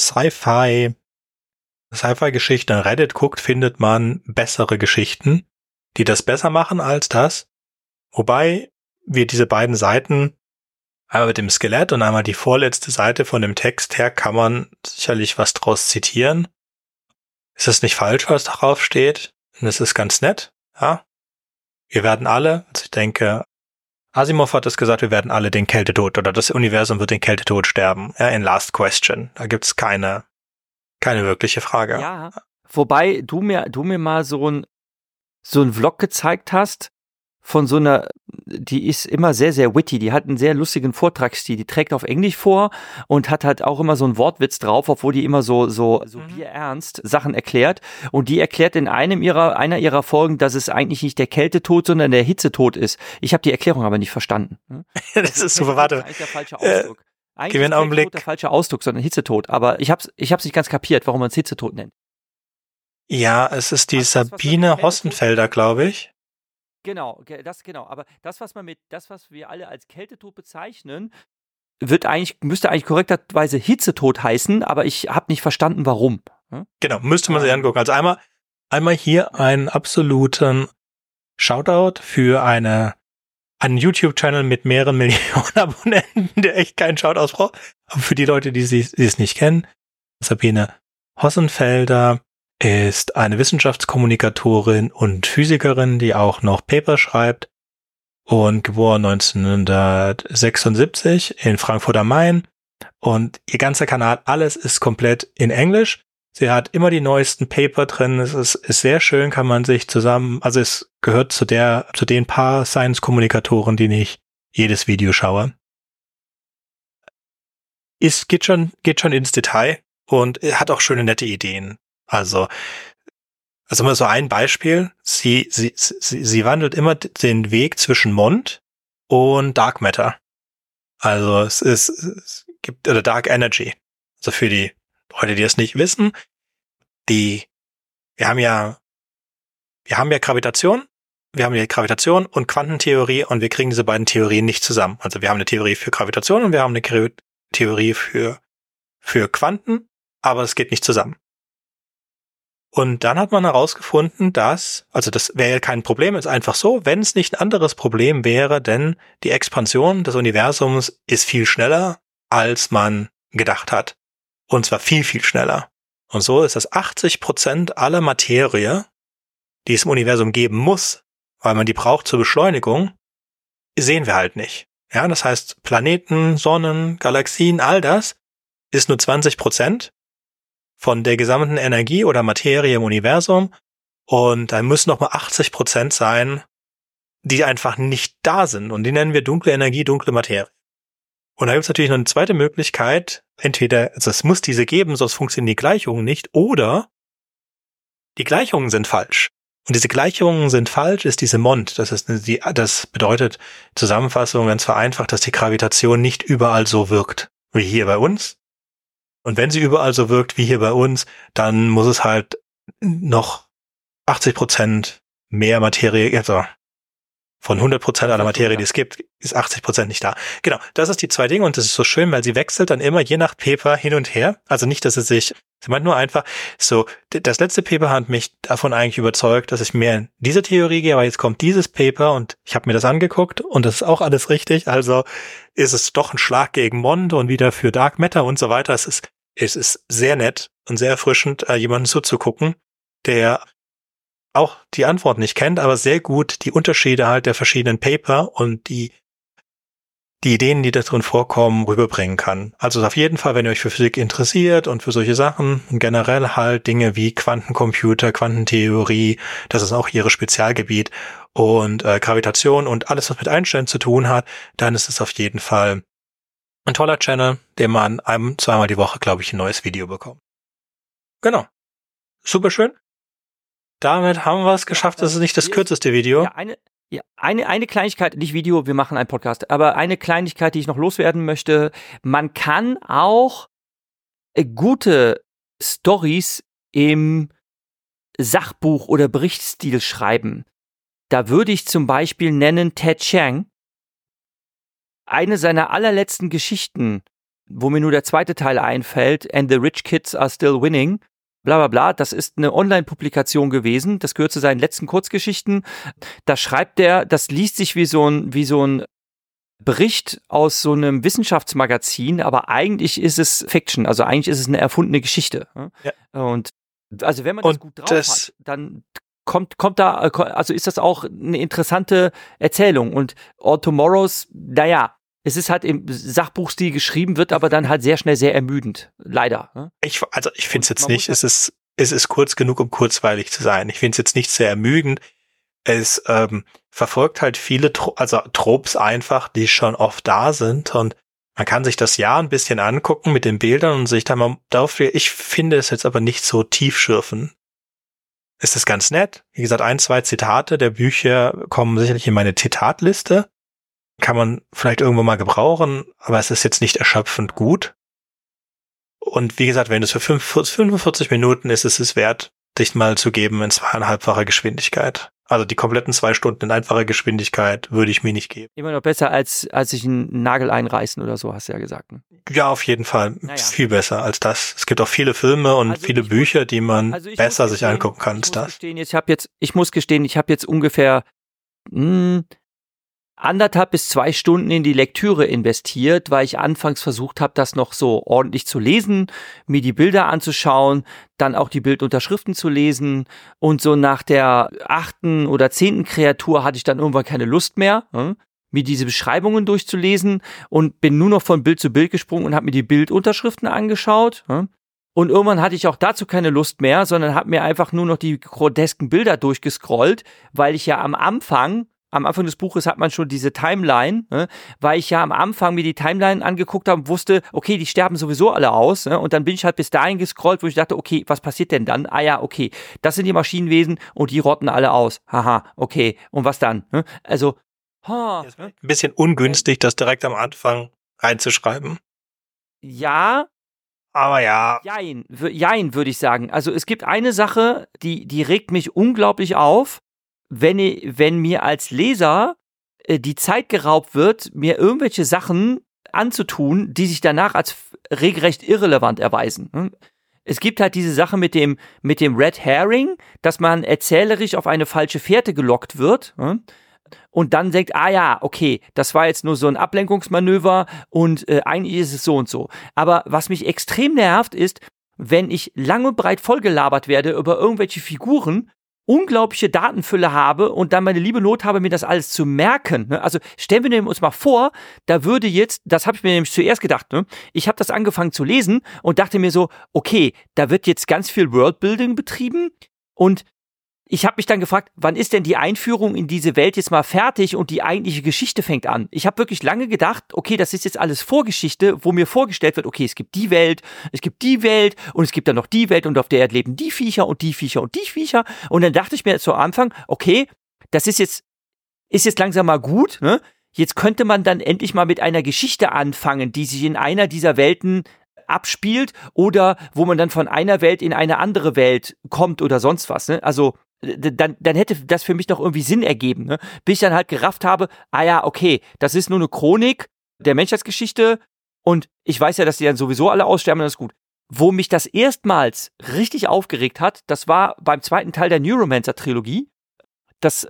Sci-Fi-Geschichten Reddit guckt, findet man bessere Geschichten, die das besser machen als das. Wobei wir diese beiden Seiten, einmal mit dem Skelett und einmal die vorletzte Seite von dem Text her, kann man sicherlich was draus zitieren. Ist es nicht falsch, was darauf steht? Und es ist ganz nett. Ja, wir werden alle, also ich denke, Asimov hat es gesagt, wir werden alle den Kältetod oder das Universum wird den Kältetod sterben. Ja, in Last Question. Da gibt's keine wirkliche Frage. Ja, wobei du mir mal so ein Vlog gezeigt hast von so einer, die ist immer sehr, sehr witty, die hat einen sehr lustigen Vortragsstil, die trägt auf Englisch vor und hat halt auch immer so einen Wortwitz drauf, obwohl die immer so bierernst Sachen erklärt, und die erklärt in einer ihrer Folgen, dass es eigentlich nicht der Kältetod, sondern der Hitzetod ist. Ich habe die Erklärung aber nicht verstanden. Das ist super, warte. Das ist der falsche Ausdruck. Gib mir einen Augenblick. Der falsche Ausdruck, sondern Hitzetod, aber ich hab's nicht ganz kapiert, warum man es Hitzetod nennt. Ja, es ist die Sabine Hossenfelder, glaube ich. Genau. Aber das, was wir alle als Kältetod bezeichnen, müsste eigentlich korrekterweise Hitzetod heißen, aber ich habe nicht verstanden, warum. Genau, müsste man sich angucken. Also einmal hier einen absoluten Shoutout für einen YouTube-Channel mit mehreren Millionen Abonnenten, der echt keinen Shoutout braucht. Aber für die Leute, die es nicht kennen, Sabine Hossenfelder ist eine Wissenschaftskommunikatorin und Physikerin, die auch noch Paper schreibt, und geboren 1976 in Frankfurt am Main, und ihr ganzer Kanal, alles ist komplett in Englisch. Sie hat immer die neuesten Paper drin, es ist sehr schön, kann man sich zusammen, also es gehört zu den paar Science-Kommunikatoren, die nicht jedes Video schaue. Geht schon ins Detail und hat auch schöne, nette Ideen. Also mal so ein Beispiel. Sie wandelt immer den Weg zwischen Mond und Dark Matter. Also es gibt, oder Dark Energy. Also für die Leute, die es nicht wissen, wir haben ja Gravitation, und Quantentheorie, und wir kriegen diese beiden Theorien nicht zusammen. Also wir haben eine Theorie für Gravitation und wir haben eine Theorie für Quanten, aber es geht nicht zusammen. Und dann hat man herausgefunden, das wäre ja kein Problem, ist einfach so, wenn es nicht ein anderes Problem wäre, denn die Expansion des Universums ist viel schneller, als man gedacht hat. Und zwar viel, viel schneller. Und so ist das 80% aller Materie, die es im Universum geben muss, weil man die braucht zur Beschleunigung, sehen wir halt nicht. Ja, das heißt, Planeten, Sonnen, Galaxien, all das ist nur 20% von der gesamten Energie oder Materie im Universum, und da müssen nochmal 80% sein, die einfach nicht da sind, und die nennen wir dunkle Energie, dunkle Materie. Und da gibt es natürlich noch eine zweite Möglichkeit, entweder, also es muss diese geben, sonst funktionieren die Gleichungen nicht, oder die Gleichungen sind falsch. Und diese Gleichungen sind falsch, ist diese Mond. Das bedeutet, Zusammenfassung ganz vereinfacht, dass die Gravitation nicht überall so wirkt wie hier bei uns. Und wenn sie überall so wirkt wie hier bei uns, dann muss es halt noch 80% mehr Materie, also von 100% aller Materie, die es gibt, ist 80% nicht da. Genau, das ist die zwei Dinge und das ist so schön, weil sie wechselt dann immer je nach Paper hin und her. Also nicht, dass sie meint nur einfach so, das letzte Paper hat mich davon eigentlich überzeugt, dass ich mehr in diese Theorie gehe, aber jetzt kommt dieses Paper und ich habe mir das angeguckt und das ist auch alles richtig. Also ist es doch ein Schlag gegen Mond und wieder für Dark Matter und so weiter. Es ist sehr nett und sehr erfrischend, jemanden zuzugucken, der auch die Antwort nicht kennt, aber sehr gut die Unterschiede halt der verschiedenen Paper und die Ideen, die da drin vorkommen, rüberbringen kann. Also auf jeden Fall, wenn ihr euch für Physik interessiert und für solche Sachen, generell halt Dinge wie Quantencomputer, Quantentheorie, das ist auch ihre Spezialgebiet und Gravitation und alles, was mit Einstein zu tun hat, dann ist es auf jeden Fall ein toller Channel, den man zweimal die Woche, glaube ich, ein neues Video bekommt. Genau. Super schön. Damit haben wir es geschafft. Das ist nicht das kürzeste Video. Ja, eine Kleinigkeit, nicht Video, wir machen einen Podcast, aber eine Kleinigkeit, die ich noch loswerden möchte. Man kann auch gute Storys im Sachbuch oder Berichtsstil schreiben. Da würde ich zum Beispiel nennen Ted Chiang. Eine seiner allerletzten Geschichten, wo mir nur der zweite Teil einfällt, And the Rich Kids Are Still Winning, bla bla bla, das ist eine Online-Publikation gewesen, das gehört zu seinen letzten Kurzgeschichten. Da schreibt er, das liest sich wie so ein Bericht aus so einem Wissenschaftsmagazin, aber eigentlich ist es Fiction, also eigentlich ist es eine erfundene Geschichte. Ja. Und also wenn man das gut drauf hat, dann kommt da, also ist das auch eine interessante Erzählung. Und All Tomorrows, naja, es ist halt im Sachbuchstil geschrieben, wird aber dann halt sehr schnell sehr ermüdend. Leider. Ich finde es jetzt nicht, es ist kurz genug, um kurzweilig zu sein. Ich finde es jetzt nicht sehr ermüdend. Es verfolgt halt viele Tropes einfach, die schon oft da sind und man kann sich das ja ein bisschen angucken mit den Bildern und sich dann mal dafür, ich finde es jetzt aber nicht so tiefschürfend. Es ist ganz nett. Wie gesagt, 1, 2 Zitate der Bücher kommen sicherlich in meine Zitatliste. Kann man vielleicht irgendwann mal gebrauchen, aber es ist jetzt nicht erschöpfend gut. Und wie gesagt, wenn es für 45 Minuten ist, ist es wert, dich mal zu geben in 2,5-facher Geschwindigkeit. Also die kompletten 2 Stunden in einfacher Geschwindigkeit würde ich mir nicht geben. Immer noch besser als sich einen Nagel einreißen oder so, hast du ja gesagt. Ne? Ja, auf jeden Fall. Naja. Viel besser als das. Es gibt auch viele Filme und viele Bücher, die man besser sich angucken kann als das. Ich muss gestehen, ich habe jetzt ungefähr 1,5 bis 2 Stunden in die Lektüre investiert, weil ich anfangs versucht habe, das noch so ordentlich zu lesen, mir die Bilder anzuschauen, dann auch die Bildunterschriften zu lesen und so nach der 8. oder 10. Kreatur hatte ich dann irgendwann keine Lust mehr, mir diese Beschreibungen durchzulesen und bin nur noch von Bild zu Bild gesprungen und habe mir die Bildunterschriften angeschaut. Und irgendwann hatte ich auch dazu keine Lust mehr, sondern habe mir einfach nur noch die grotesken Bilder durchgescrollt, weil ich ja am Anfang des Buches hat man schon diese Timeline, weil ich ja am Anfang mir die Timeline angeguckt habe und wusste, okay, die sterben sowieso alle aus. Und dann bin ich halt bis dahin gescrollt, wo ich dachte, okay, was passiert denn dann? Ah ja, okay, das sind die Maschinenwesen und die rotten alle aus. Haha, okay, und was dann? Also, ein bisschen ungünstig, das direkt am Anfang reinzuschreiben. Ja. Aber ja. Jein, würde ich sagen. Also es gibt eine Sache, die regt mich unglaublich auf. Wenn mir als Leser die Zeit geraubt wird, mir irgendwelche Sachen anzutun, die sich danach als regelrecht irrelevant erweisen. Es gibt halt diese Sache mit dem Red Herring, dass man erzählerisch auf eine falsche Fährte gelockt wird und dann denkt, ah ja, okay, das war jetzt nur so ein Ablenkungsmanöver und eigentlich ist es so und so. Aber was mich extrem nervt ist, wenn ich lang und breit vollgelabert werde über irgendwelche Figuren, unglaubliche Datenfülle habe und dann meine liebe Not habe, mir das alles zu merken. Also stellen wir uns mal vor, da würde jetzt, das habe ich mir nämlich zuerst gedacht, ich habe das angefangen zu lesen und dachte mir so, okay, da wird jetzt ganz viel Worldbuilding betrieben und ich habe mich dann gefragt, wann ist denn die Einführung in diese Welt jetzt mal fertig und die eigentliche Geschichte fängt an? Ich habe wirklich lange gedacht, okay, das ist jetzt alles Vorgeschichte, wo mir vorgestellt wird, okay, es gibt die Welt und es gibt dann noch die Welt und auf der Erde leben die Viecher und die Viecher und die Viecher. Und dann dachte ich mir zu Anfang, okay, das ist jetzt langsam mal gut, ne? Jetzt könnte man dann endlich mal mit einer Geschichte anfangen, die sich in einer dieser Welten abspielt oder wo man dann von einer Welt in eine andere Welt kommt oder sonst was, ne? Also dann hätte das für mich noch irgendwie Sinn ergeben, ne? Bis ich dann halt gerafft habe, okay, das ist nur eine Chronik der Menschheitsgeschichte und ich weiß ja, dass die dann sowieso alle aussterben, das ist gut. Wo mich das erstmals richtig aufgeregt hat, das war beim zweiten Teil der Neuromancer-Trilogie. Das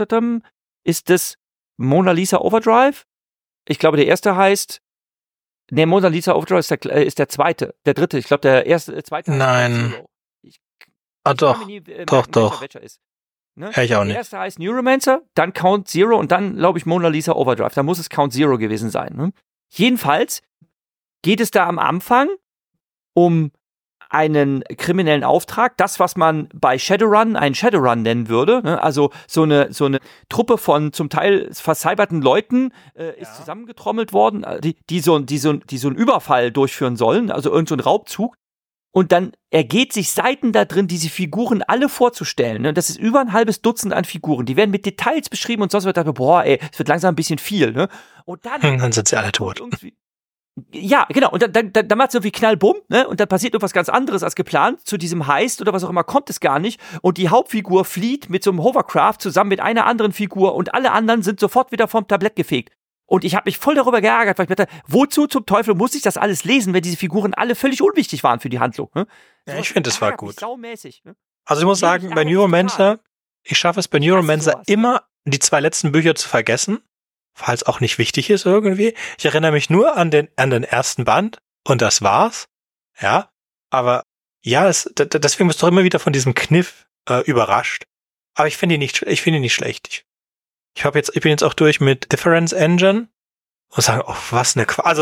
ist das Mona Lisa Overdrive. Ich glaube, der erste heißt Mona Lisa Overdrive ist der zweite, der dritte. Ich glaube, der zweite heißt Nein. Zero. Doch. Doch. Welcher ist. Ne? Ja, ich auch nicht. Der erste heißt Neuromancer, dann Count Zero und dann, glaube ich, Mona Lisa Overdrive. Da muss es Count Zero gewesen sein. Ne? Jedenfalls geht es da am Anfang um einen kriminellen Auftrag, das, was man bei Shadowrun einen Shadowrun nennen würde, ne? Also so eine Truppe von zum Teil vercyberten Leuten ist zusammengetrommelt worden, die so einen Überfall durchführen sollen, also irgend so einen Raubzug. Und dann ergeht sich Seiten da drin, diese Figuren alle vorzustellen. Ne? Das ist über ein halbes Dutzend an Figuren. Die werden mit Details beschrieben und sonst wird da, es wird langsam ein bisschen viel. Ne? Und dann sind sie alle tot. Ja, genau. Und dann macht es irgendwie Knallbumm, ne? Und dann passiert irgendwas ganz anderes als geplant. Zu diesem Heist oder was auch immer kommt es gar nicht. Und die Hauptfigur flieht mit so einem Hovercraft zusammen mit einer anderen Figur und alle anderen sind sofort wieder vom Tablett gefegt. Und ich habe mich voll darüber geärgert, weil ich mir dachte, wozu zum Teufel muss ich das alles lesen, wenn diese Figuren alle völlig unwichtig waren für die Handlung? Ne? Ja, ich finde, das war gut. Saumäßig, ne? Also ich muss sagen, bei Neuromancer, ich schaffe es bei Neuromancer immer, die 2 letzten Bücher zu vergessen, falls auch nicht wichtig ist irgendwie. Ich erinnere mich nur an den ersten Band und das war's. Ja, aber ja, deswegen bist du doch immer wieder von diesem Kniff überrascht. Aber ich finde ihn nicht schlecht. Ich bin jetzt auch durch mit Difference Engine und sage, was eine Also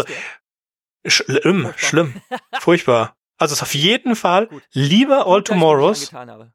schlimm, furchtbar. Also es ist auf jeden Fall lieber All Tomorrows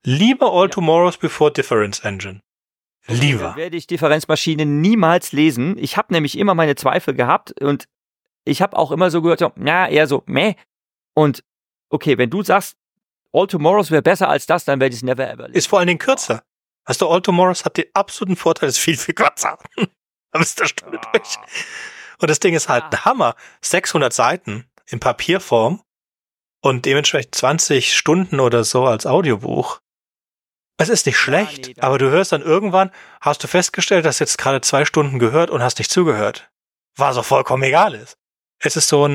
before Difference Engine. Lieber. Dann werde ich Differenzmaschine niemals lesen. Ich habe nämlich immer meine Zweifel gehabt und ich habe auch immer so gehört, eher so, meh. Und okay, wenn du sagst, All Tomorrows wäre besser als das, dann werde ich es never ever lesen. Ist vor allen Dingen kürzer. Weißt du, All Tomorrows hat den absoluten Vorteil, ist viel, viel kürzer. Da bist du Stunde durch. Und das Ding ist halt ein Hammer. 600 Seiten in Papierform und dementsprechend 20 Stunden oder so als Audiobuch. Es ist nicht schlecht, aber du hörst dann irgendwann, hast du festgestellt, dass jetzt gerade 2 Stunden gehört und hast nicht zugehört. Was auch vollkommen egal ist. Es ist so ein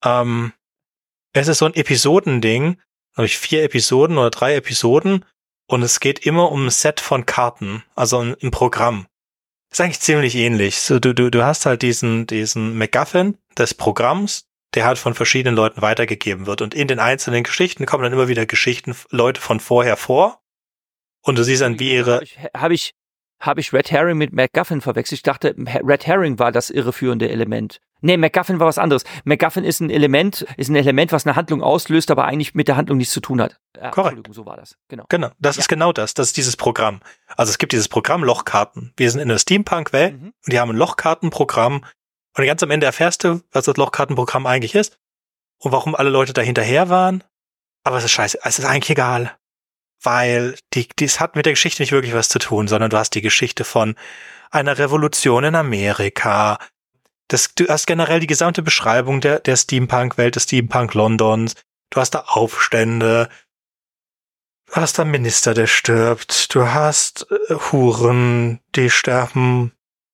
Episodending, habe ich 4 Episoden oder 3 Episoden und es geht immer um ein Set von Karten, also ein Programm. Ist eigentlich ziemlich ähnlich. So, du hast halt diesen MacGuffin des Programms, der halt von verschiedenen Leuten weitergegeben wird und in den einzelnen Geschichten kommen dann immer wieder Leute von vorher vor. Und du siehst dann, wie ihre... Habe ich Red Herring mit MacGuffin verwechselt? Ich dachte, Red Herring war das irreführende Element. Nee, MacGuffin war was anderes. MacGuffin ist ein Element, was eine Handlung auslöst, aber eigentlich mit der Handlung nichts zu tun hat. Korrekt. Entschuldigung, so war das. Genau, das ist genau das. Das ist dieses Programm. Also es gibt dieses Programm Lochkarten. Wir sind in der Steampunk-Welt und die haben ein Lochkartenprogramm. Und ganz am Ende erfährst du, was das Lochkartenprogramm eigentlich ist und warum alle Leute da hinterher waren. Aber es ist scheiße. Es ist eigentlich egal. Weil dies hat mit der Geschichte nicht wirklich was zu tun, sondern du hast die Geschichte von einer Revolution in Amerika. Du hast generell die gesamte Beschreibung der Steampunk-Welt, des Steampunk-Londons. Du hast da Aufstände. Du hast da einen Minister, der stirbt. Du hast Huren, die sterben.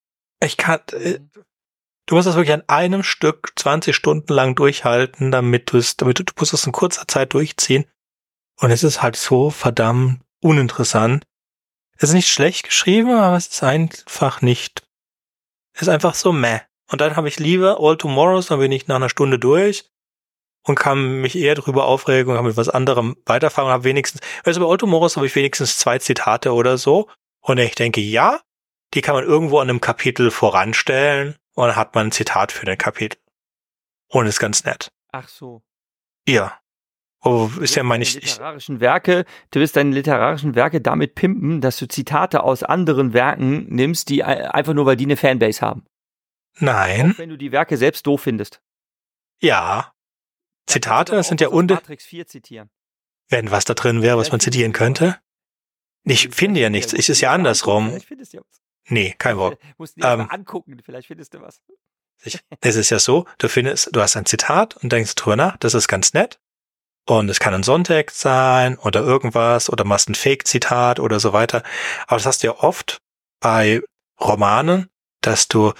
Du musst das wirklich an einem Stück 20 Stunden lang durchhalten, damit du musst es in kurzer Zeit durchziehen. Und es ist halt so verdammt uninteressant. Es ist nicht schlecht geschrieben, aber es ist einfach nicht. Es ist einfach so meh. Und dann habe ich lieber All Tomorrows, dann bin ich nach einer Stunde durch und kann mich eher drüber aufregen und kann mit was anderem weiterfahren und habe wenigstens, bei All Tomorrows habe ich wenigstens 2 Zitate oder so. Und ich denke, ja, die kann man irgendwo an einem Kapitel voranstellen und dann hat man ein Zitat für den Kapitel. Und ist ganz nett. Ach so. Ja. Oh, ist ja meine Du wirst deine literarischen Werke damit pimpen, dass du Zitate aus anderen Werken nimmst, die einfach nur, weil die eine Fanbase haben. Nein. Auch wenn du die Werke selbst doof findest. Ja. Zitate, das sind ja Matrix 4 zitieren. Wenn was da drin wäre, was man zitieren könnte. Ich finde ja nichts. Es ist ja andersrum. Vielleicht findest du ja was. Nee, kein Wort. Musst du dir mal angucken, vielleicht findest du was. Es ist ja so, du hast ein Zitat und denkst drüber nach, das ist ganz nett. Und es kann ein Songtext sein oder irgendwas oder machst ein Fake-Zitat oder so weiter. Aber das hast du ja oft bei Romanen, dass du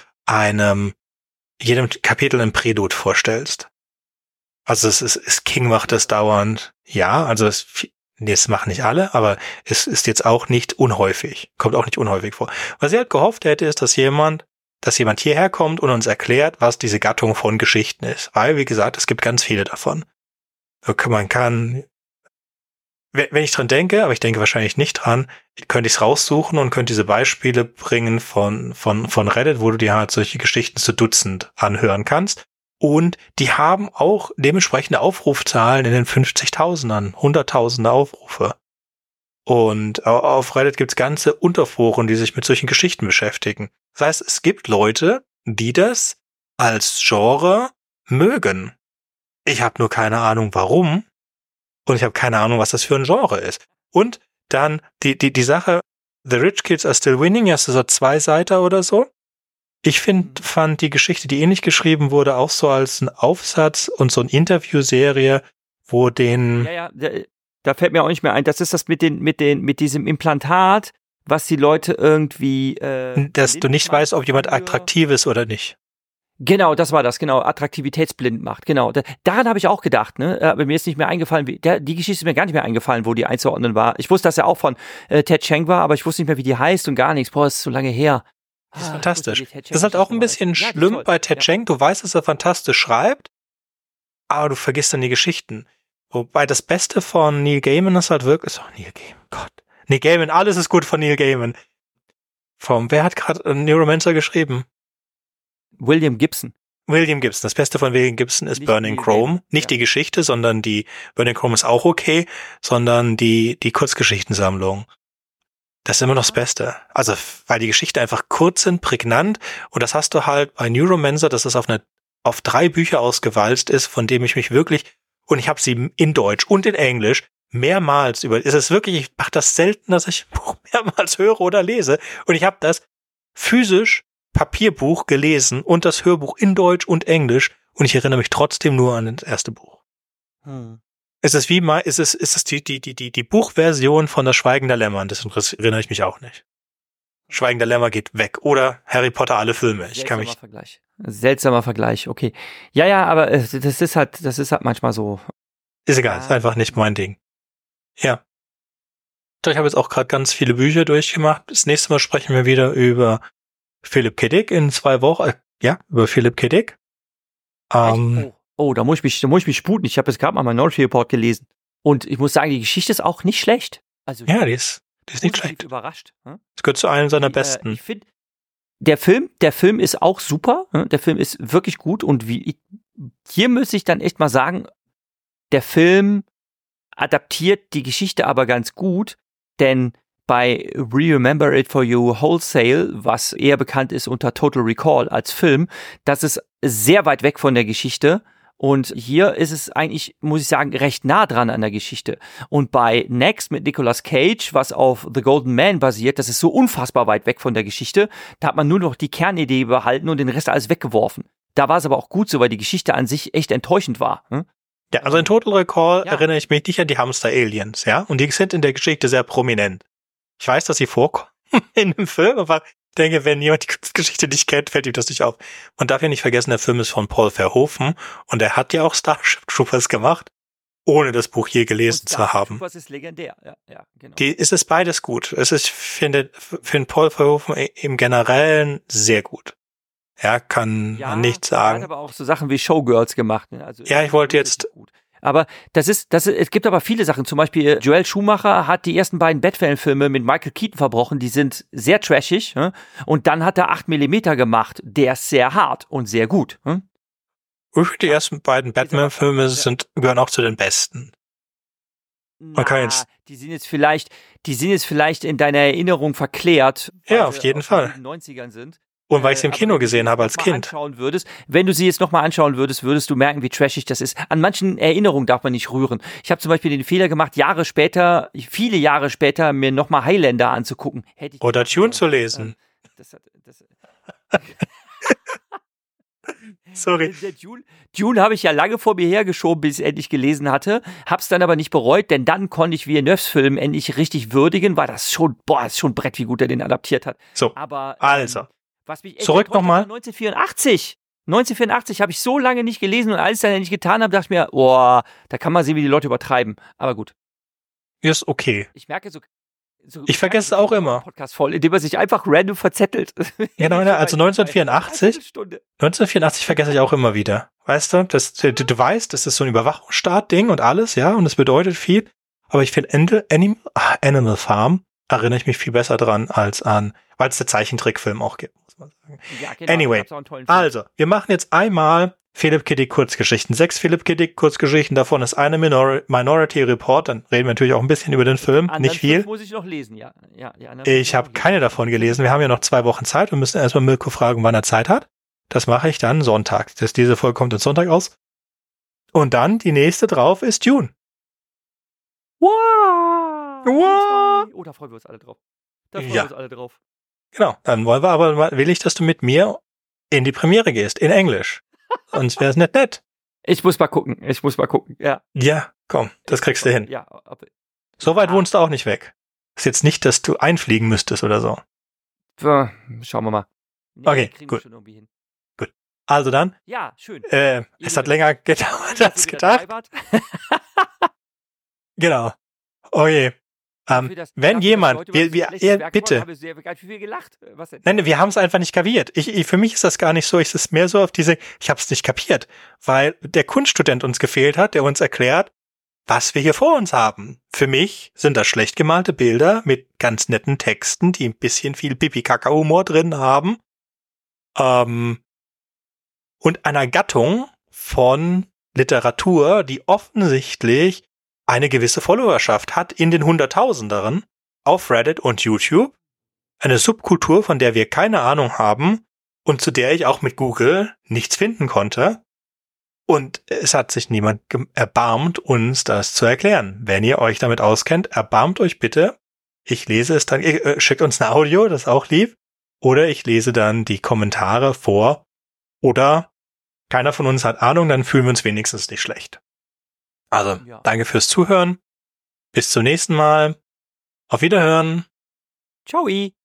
jedem Kapitel ein Prälude vorstellst. Also King macht das dauernd, ja, also das machen nicht alle, aber es ist jetzt auch nicht unhäufig, kommt auch nicht unhäufig vor. Was ich halt gehofft hätte, ist, dass jemand hierher kommt und uns erklärt, was diese Gattung von Geschichten ist. Weil, wie gesagt, es gibt ganz viele davon. Man kann, wenn ich dran denke, aber ich denke wahrscheinlich nicht dran, könnte ich es raussuchen und könnte diese Beispiele bringen von Reddit, wo du dir halt solche Geschichten zu Dutzend anhören kannst. Und die haben auch dementsprechende Aufrufzahlen in den 50.000ern, 100.000er Aufrufe. Und auf Reddit gibt's ganze Unterforen, die sich mit solchen Geschichten beschäftigen. Das heißt, es gibt Leute, die das als Genre mögen. Ich habe nur keine Ahnung, warum. Und ich habe keine Ahnung, was das für ein Genre ist. Und dann die Sache, The Rich Kids Are Still Winning, ja, ist so 2 Seiten oder so. Ich fand die Geschichte, die ähnlich geschrieben wurde, auch so als ein Aufsatz und so eine Interviewserie, wo da fällt mir auch nicht mehr ein. Das ist das mit diesem Implantat, was die Leute irgendwie dass du nicht weißt, ob jemand attraktiv ist oder nicht. Genau, das war das, genau, attraktivitätsblind macht, genau. Daran habe ich auch gedacht, ne? Aber mir ist nicht mehr eingefallen, die Geschichte ist mir gar nicht mehr eingefallen, wo die einzuordnen war. Ich wusste, dass er auch von Ted Chiang war, aber ich wusste nicht mehr, wie die heißt und gar nichts. Boah, das ist so lange her. Das ist fantastisch. Das ist halt auch ein bisschen schlimm bei Ted Chiang. Du weißt, dass er fantastisch schreibt, aber du vergisst dann die Geschichten. Wobei das Beste von Neil Gaiman ist halt wirklich, Neil Gaiman, Gott. Neil Gaiman, alles ist gut von Neil Gaiman. Wer hat gerade Neuromancer geschrieben? William Gibson. Das Beste von William Gibson ist nicht Burning Chrome. Nicht die Geschichte, sondern Burning Chrome ist auch okay, sondern die Kurzgeschichtensammlung. Das ist immer noch das Beste. Also, weil die Geschichten einfach kurz sind, prägnant, und das hast du halt bei Neuromancer, dass es auf 3 Bücher ausgewalzt ist, von dem ich mich wirklich, und ich habe sie in Deutsch und in Englisch mehrmals ich mache das selten, dass ich ein Buch mehrmals höre oder lese, und ich habe das physisch Papierbuch gelesen und das Hörbuch in Deutsch und Englisch, und ich erinnere mich trotzdem nur an das erste Buch. Ist es die Buchversion von Das Schweigen der Lämmer? Das erinnere ich mich auch nicht. Schweigen der Lämmer geht weg. Oder Harry Potter alle Filme. Seltsamer Vergleich, okay. Ja, aber das ist halt manchmal so. Ist egal, ist einfach nicht mein Ding. Ja. Ich habe jetzt auch gerade ganz viele Bücher durchgemacht. Das nächste Mal sprechen wir wieder über Philip K. Dick in 2 Wochen. Über Philip K. Dick. Da muss ich mich sputen. Ich habe jetzt gerade mal meinen Minority Report gelesen. Und ich muss sagen, die Geschichte ist auch nicht schlecht. Also, ja, die ist nicht schlecht. Überrascht. Das gehört zu einem seiner besten. Ich finde, der Film ist auch super. Der Film ist wirklich gut. Und hier muss ich dann echt mal sagen, der Film adaptiert die Geschichte aber ganz gut, denn bei Remember It For You Wholesale, was eher bekannt ist unter Total Recall als Film, das ist sehr weit weg von der Geschichte. Und hier ist es eigentlich, muss ich sagen, recht nah dran an der Geschichte. Und bei Next mit Nicolas Cage, was auf The Golden Man basiert, das ist so unfassbar weit weg von der Geschichte. Da hat man nur noch die Kernidee behalten und den Rest alles weggeworfen. Da war es aber auch gut so, weil die Geschichte an sich echt enttäuschend war. Ja, also in Total Recall erinnere ich mich nicht an die Hamster-Aliens, ja? Und die sind in der Geschichte sehr prominent. Ich weiß, dass sie vorkommen in dem Film, aber ich denke, wenn jemand die Geschichte nicht kennt, fällt ihm das nicht auf. Man darf ja nicht vergessen, der Film ist von Paul Verhoeven und er hat ja auch Starship Troopers gemacht, ohne das Buch je gelesen zu haben. Starship Troopers ist legendär, ja, genau. Es ist beides gut. Ich finde Paul Verhoeven im Generellen sehr gut. Er kann man nicht sagen. Er hat aber auch so Sachen wie Showgirls gemacht. Ne? Also, ja, ich wollte jetzt... Aber es gibt aber viele Sachen. Zum Beispiel Joel Schumacher hat die ersten beiden Batman-Filme mit Michael Keaton verbrochen. Die sind sehr trashig. Und dann hat er 8mm gemacht. Der ist sehr hart und sehr gut. Die ersten beiden Batman-Filme gehören auch zu den besten. Die sind jetzt vielleicht in deiner Erinnerung verklärt. Ja, auf jeden Fall. In den 90ern sind. Und weil ich sie im Kino gesehen habe als Kind. Wenn du sie jetzt nochmal anschauen würdest, würdest du merken, wie trashig das ist. An manchen Erinnerungen darf man nicht rühren. Ich habe zum Beispiel den Fehler gemacht, viele Jahre später, mir nochmal Highlander anzugucken. Oder Dune zu lesen. Sorry. Der Dune habe ich ja lange vor mir hergeschoben, bis ich es endlich gelesen hatte. Hab's dann aber nicht bereut, denn dann konnte ich Villeneuves Film endlich richtig würdigen, weil das schon, ist schon ein Brett, wie gut er den adaptiert hat. So, Aber, also, was mich zurück nochmal. 1984. 1984 habe ich so lange nicht gelesen und als ich dann endlich getan habe, dachte ich mir, da kann man sehen, wie die Leute übertreiben. Aber gut. Ist okay. Ich merke ich vergesse es auch immer. Podcast voll, indem er sich einfach random verzettelt. Genau, also 1984 vergesse ich auch immer wieder. Weißt du, du weißt, das ist so ein Überwachungsstaat-Ding und alles, ja, und es bedeutet viel. Aber ich finde Animal Farm erinnere ich mich viel besser dran als an, weil es der Zeichentrickfilm auch gibt, muss man sagen. Ja, genau, anyway, also, wir machen jetzt einmal Philipp K. Dick Kurzgeschichten. 6 Philipp K. Dick Kurzgeschichten, davon ist eine Minority Report, dann reden wir natürlich auch ein bisschen über den Film, nicht viel. Muss ich noch lesen, ja. Ich habe keine davon gelesen, wir haben ja noch 2 Wochen Zeit und müssen erstmal Mirko fragen, wann er Zeit hat. Das mache ich dann Sonntag. Diese Folge kommt am Sonntag aus. Und dann, die nächste drauf ist Dune. Wow! Oh, da freuen wir uns alle drauf. Genau, dann will ich, dass du mit mir in die Premiere gehst, in Englisch. Sonst wäre es nicht nett. Ich muss mal gucken, ja. Ja, komm, das kriegst du hin. Ja, so weit wohnst du auch nicht weg. Ist jetzt nicht, dass du einfliegen müsstest oder so. Schauen wir mal. Nee, okay, gut. Gut. Also dann. Ja, schön. Es hat länger gedauert als gedacht. Genau. Okay. Wenn jemand, bitte. Nein, wir haben es einfach nicht kapiert. Für mich ist das gar nicht so. Es ist mehr so auf ich habe es nicht kapiert, weil der Kunststudent uns gefehlt hat, der uns erklärt, was wir hier vor uns haben. Für mich sind das schlecht gemalte Bilder mit ganz netten Texten, die ein bisschen viel Pipi-Kaka-Humor drin haben. Und einer Gattung von Literatur, die offensichtlich eine gewisse Followerschaft hat in den Hunderttausenderen auf Reddit und YouTube. Eine Subkultur, von der wir keine Ahnung haben und zu der ich auch mit Google nichts finden konnte. Und es hat sich niemand erbarmt, uns das zu erklären. Wenn ihr euch damit auskennt, erbarmt euch bitte. Ich lese es dann, schickt uns ein Audio, das ist auch lieb. Oder ich lese dann die Kommentare vor. Oder keiner von uns hat Ahnung, dann fühlen wir uns wenigstens nicht schlecht. Also, Danke fürs Zuhören. Bis zum nächsten Mal. Auf Wiederhören. Ciao.